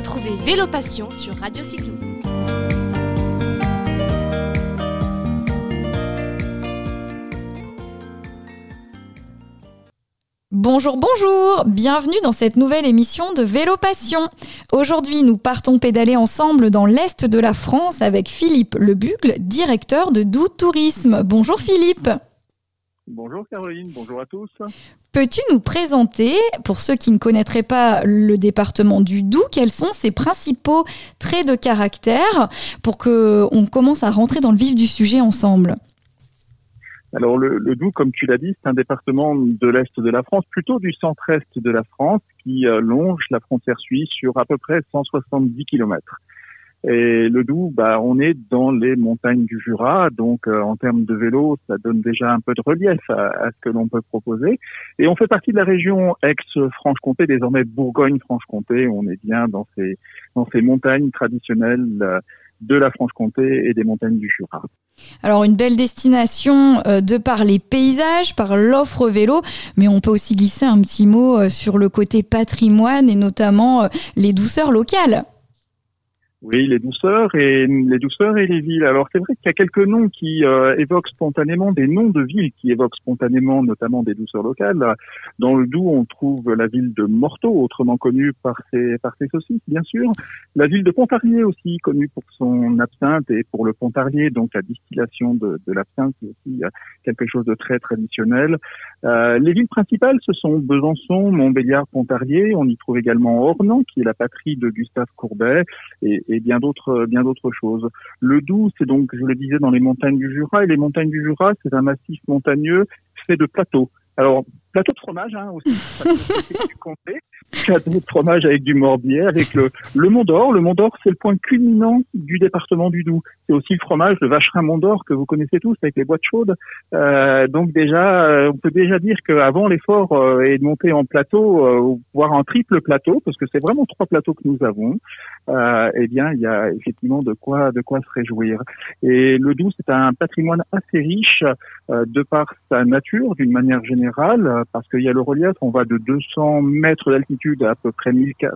Retrouvez Vélo Passion sur Radio Cyclo. Bonjour, bienvenue dans cette nouvelle émission de Vélo Passion. Aujourd'hui, nous partons pédaler ensemble dans l'Est de la France avec Philippe Lebugle, directeur de Doubs Tourisme. Bonjour Philippe. Bonjour Caroline, bonjour à tous. Peux-tu nous présenter, pour ceux qui ne connaîtraient pas le département du Doubs, quels sont ses principaux traits de caractère pour qu'on commence à rentrer dans le vif du sujet ensemble ? Alors le Doubs, comme tu l'as dit, c'est un département de l'Est de la France, plutôt du centre-est de la France, qui longe la frontière suisse sur à peu près 170 kilomètres. Et le Doubs, on est dans les montagnes du Jura, donc en termes de vélo, ça donne déjà un peu de relief à ce que l'on peut proposer. Et on fait partie de la région ex-Franche-Comté, désormais Bourgogne-Franche-Comté. On est bien dans ces montagnes traditionnelles de la Franche-Comté et des montagnes du Jura. Alors une belle destination de par les paysages, par l'offre vélo, mais on peut aussi glisser un petit mot sur le côté patrimoine et notamment les douceurs locales. Oui, les douceurs et les villes. Alors c'est vrai qu'il y a quelques noms qui évoquent spontanément, des noms de villes qui évoquent spontanément notamment des douceurs locales. Dans le Doubs, on trouve la ville de Morteau, autrement connue par ses saucisses, bien sûr. La ville de Pontarlier aussi, connue pour son absinthe et pour le pontarlier, donc la distillation de l'absinthe, qui est aussi quelque chose de très traditionnel. Les villes principales, ce sont Besançon, Montbéliard, Pontarlier. On y trouve également Ornans, qui est la patrie de Gustave Courbet, et bien d'autres choses. Le Doubs, c'est donc, je le disais, dans les montagnes du Jura, et les montagnes du Jura, c'est un massif montagneux fait de plateaux. Alors, plateau de fromage, aussi, ça peut compter. Plateau de fromage avec du morbier, avec le Mont d'Or. Le Mont d'Or, c'est le point culminant du département du Doubs. C'est aussi le fromage, le vacherin Mont d'Or, que vous connaissez tous, avec les boîtes chaudes. Donc déjà, on peut déjà dire qu'avant l'effort est de monter en plateau, voire en triple plateau, parce que c'est vraiment 3 plateaux que nous avons. Il y a effectivement de quoi se réjouir. Et le Doubs, c'est un patrimoine assez riche de par sa nature, d'une manière générale, parce qu'il y a le relief. On va de 200 mètres d'altitude à peu près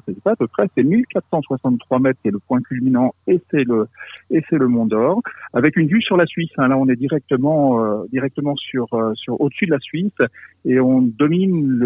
1463 mètres, c'est le point culminant, et c'est le Mont d'Or, avec une vue sur la Suisse. Là, on est directement sur au-dessus de la Suisse, et on domine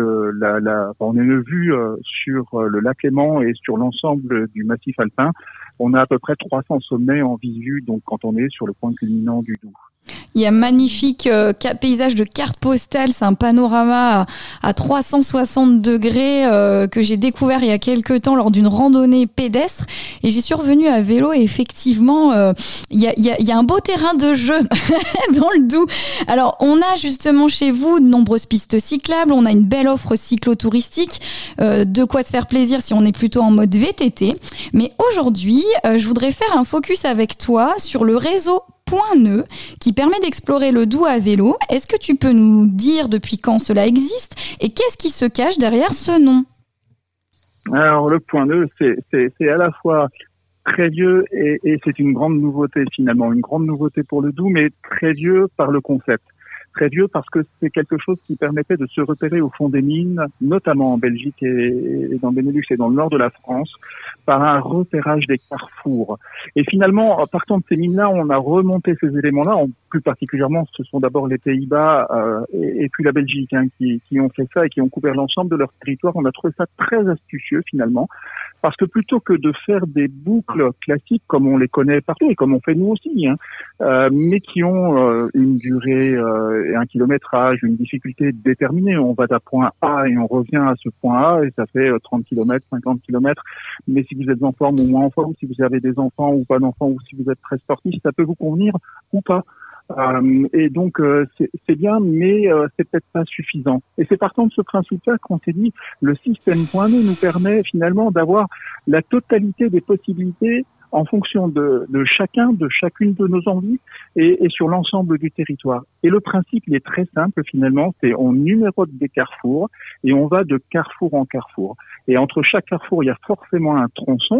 on a une vue sur le lac Léman et sur l'ensemble du massif alpin. On a à peu près 300 sommets en visu, donc quand on est sur le point culminant du Doubs. Il y a un magnifique paysage de carte postale, c'est un panorama à 360 degrés que j'ai découvert il y a quelques temps lors d'une randonnée pédestre, et j'y suis revenue à vélo et effectivement il y a un beau terrain de jeu dans le Doubs. Alors on a justement chez vous de nombreuses pistes cyclables, on a une belle offre cyclotouristique, de quoi se faire plaisir si on est plutôt en mode VTT. Mais aujourd'hui, je voudrais faire un focus avec toi sur le réseau Point Neu, qui permet d'explorer le Doubs à vélo. Est-ce que tu peux nous dire depuis quand cela existe et qu'est-ce qui se cache derrière ce nom ? Alors le Point Neu, c'est à la fois très vieux et c'est une grande nouveauté finalement, une grande nouveauté pour le Doubs, mais très vieux par le concept. Très vieux parce que c'est quelque chose qui permettait de se repérer au fond des mines, notamment en Belgique et dans Benelux et dans le nord de la France, par un repérage des carrefours. Et finalement, partant de ces mines-là, on a remonté ces éléments-là. Plus particulièrement, ce sont d'abord les Pays-Bas et puis la Belgique qui ont fait ça et qui ont couvert l'ensemble de leur territoire. On a trouvé ça très astucieux finalement, parce que plutôt que de faire des boucles classiques comme on les connaît partout et comme on fait nous aussi, mais qui ont une durée et un kilométrage, une difficulté déterminée. On va d'un point A et on revient à ce point A et ça fait 30 km, 50 km. Mais si vous êtes en forme ou moins en forme, si vous avez des enfants ou pas d'enfants, ou si vous êtes très sportif, ça peut vous convenir ou pas. Et donc c'est bien, mais c'est peut-être pas suffisant. Et c'est partant de ce principe-là qu'on s'est dit, le système Point Neu nous permet finalement d'avoir la totalité des possibilités en fonction de chacune de nos envies et sur l'ensemble du territoire. Et le principe, il est très simple finalement, c'est on numérote des carrefours et on va de carrefour en carrefour. Et entre chaque carrefour, il y a forcément un tronçon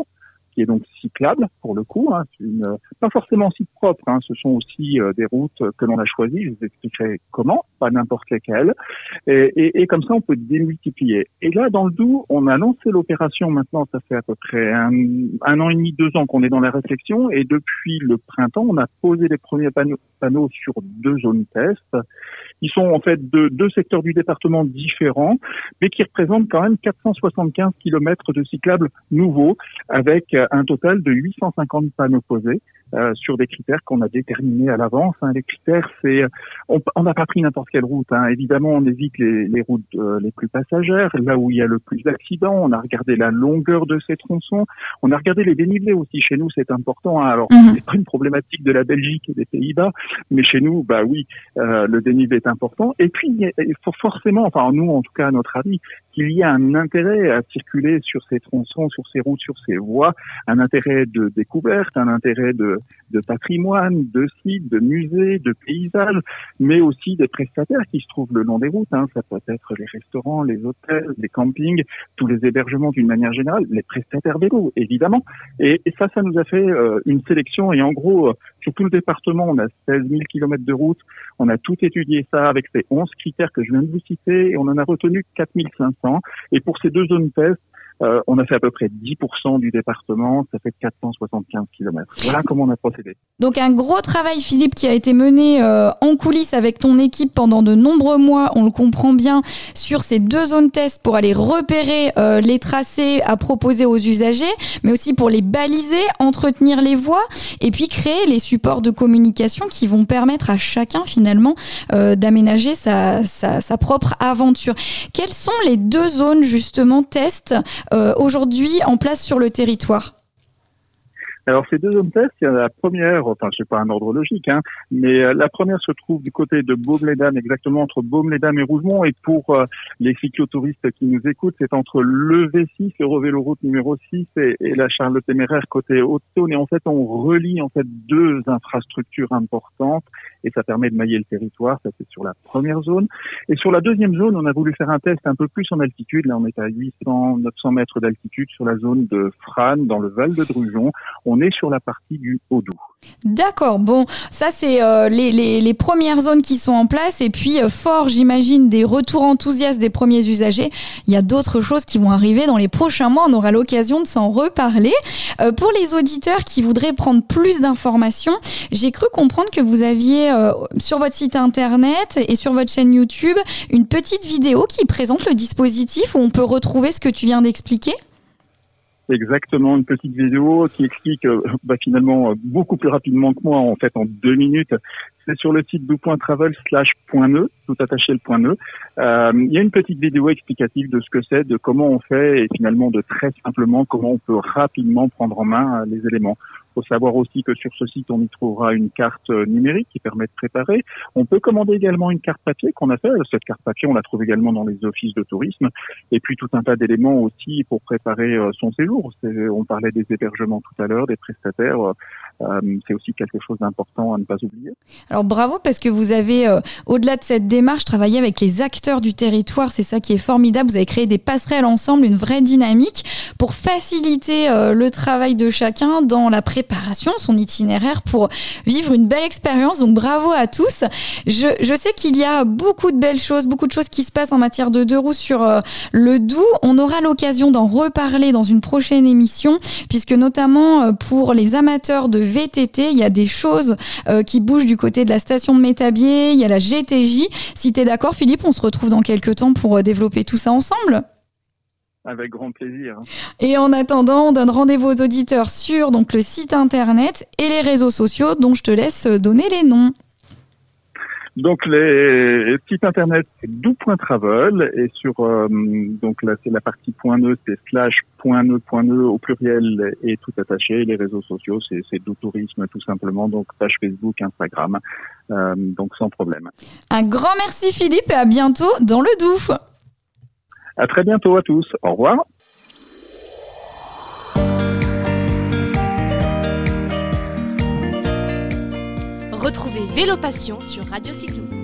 qui est donc cyclable pour le coup, hein, pas forcément site propre, hein, ce sont aussi des routes que l'on a choisies, je vous expliquerai comment, pas n'importe lesquelles, et comme ça on peut démultiplier. Et là dans le Doubs, on a lancé l'opération maintenant, ça fait à peu près un an et demi, 2 ans qu'on est dans la réflexion, et depuis le printemps, on a posé les premiers panneaux sur 2 zones test. Ils sont en fait de 2 secteurs du département différents, mais qui représentent quand même 475 kilomètres de cyclables nouveaux, avec un total de 850 panneaux posés sur des critères qu'on a déterminés à l'avance. Hein. Les critères, c'est on n'a pas pris n'importe quelle route. Hein. Évidemment, on évite les routes les plus passagères, là où il y a le plus d'accidents. On a regardé la longueur de ces tronçons. On a regardé les dénivelés aussi. Chez nous, c'est important. Hein. Alors, c'est pas une problématique de la Belgique et des Pays-Bas, mais chez nous, bah oui, le dénivelé est important. Et puis, il faut forcément, enfin nous, en tout cas à notre avis, qu'il y a un intérêt à circuler sur ces tronçons, sur ces routes, sur ces voies, un intérêt de découverte, un intérêt de patrimoine, de sites, de musées, de paysages, mais aussi des prestataires qui se trouvent le long des routes. Hein. Ça peut être les restaurants, les hôtels, les campings, tous les hébergements d'une manière générale, les prestataires vélos, évidemment. Et ça nous a fait une sélection. Et en gros, sur tout le département, on a 16 000 kilomètres de route. On a tout étudié ça avec ces 11 critères que je viens de vous citer, et on en a retenu 4 500. Et pour ces 2 zones test, on a fait à peu près 10% du département, ça fait 475 km. Voilà comment on a procédé. Donc un gros travail, Philippe, qui a été mené en coulisses avec ton équipe pendant de nombreux mois, on le comprend bien, sur ces 2 zones test pour aller repérer les tracés à proposer aux usagers, mais aussi pour les baliser, entretenir les voies et puis créer les supports de communication qui vont permettre à chacun finalement d'aménager sa propre aventure. Quelles sont les 2 zones justement test aujourd'hui en place sur le territoire? Alors, ces 2 zones test, il y a la première, enfin, c'est pas un ordre logique, hein, mais la première se trouve du côté de Baume-les-Dames, exactement entre Baume-les-Dames et Rougemont. Et pour les cyclotouristes qui nous écoutent, c'est entre le V6, Eurovéloroute numéro 6 et la Charles-Téméraire côté Haute-Saône. Et en fait, on relie en fait 2 infrastructures importantes et ça permet de mailler le territoire. Ça, c'est sur la première zone. Et sur la deuxième zone, on a voulu faire un test un peu plus en altitude. Là, on est à 800, 900 mètres d'altitude sur la zone de Frasnes, dans le Val de Drugeon. On est sur la partie du Haut-Doubs. D'accord, bon, ça c'est les premières zones qui sont en place et puis fort, j'imagine, des retours enthousiastes des premiers usagers. Il y a d'autres choses qui vont arriver dans les prochains mois, on aura l'occasion de s'en reparler. Pour les auditeurs qui voudraient prendre plus d'informations, j'ai cru comprendre que vous aviez sur votre site internet et sur votre chaîne YouTube une petite vidéo qui présente le dispositif où on peut retrouver ce que tu viens d'expliquer. Exactement, une petite vidéo qui explique finalement beaucoup plus rapidement que moi, en fait en 2 minutes. C'est sur le site doubs.travel/.ne, tout attaché le .ne. Il y a une petite vidéo explicative de ce que c'est, de comment on fait et finalement de très simplement comment on peut rapidement prendre en main les éléments. Il faut savoir aussi que sur ce site, on y trouvera une carte numérique qui permet de préparer. On peut commander également une carte papier qu'on a fait. Cette carte papier, on la trouve également dans les offices de tourisme. Et puis tout un tas d'éléments aussi pour préparer son séjour. On parlait des hébergements tout à l'heure, des prestataires. C'est aussi quelque chose d'important à ne pas oublier. Alors bravo, parce que vous avez, au-delà de cette démarche, travaillé avec les acteurs du territoire. C'est ça qui est formidable. Vous avez créé des passerelles ensemble, une vraie dynamique pour faciliter le travail de chacun dans la préparation, son itinéraire pour vivre une belle expérience. Donc bravo à tous. Je sais qu'il y a beaucoup de belles choses, beaucoup de choses qui se passent en matière de 2 roues sur le Doubs. On aura l'occasion d'en reparler dans une prochaine émission, puisque notamment pour les amateurs de VTT, il y a des choses qui bougent du côté de la station de Métabier, il y a la GTJ. Si tu es d'accord, Philippe, on se retrouve dans quelques temps pour développer tout ça ensemble. Avec grand plaisir. Et en attendant, on donne rendez-vous aux auditeurs sur donc, le site internet et les réseaux sociaux dont je te laisse donner les noms. Donc les sites internet c'est doubs.travel et sur donc là c'est la partie .ne, c'est /.ne au pluriel et tout attaché. Les réseaux sociaux c'est Doubs Tourisme tout simplement, donc page Facebook, Instagram, donc sans problème. Un grand merci Philippe et à bientôt dans le Doubs. À très bientôt à tous. Au revoir. Retrouvez Vélo Passion sur Radio Cyclo.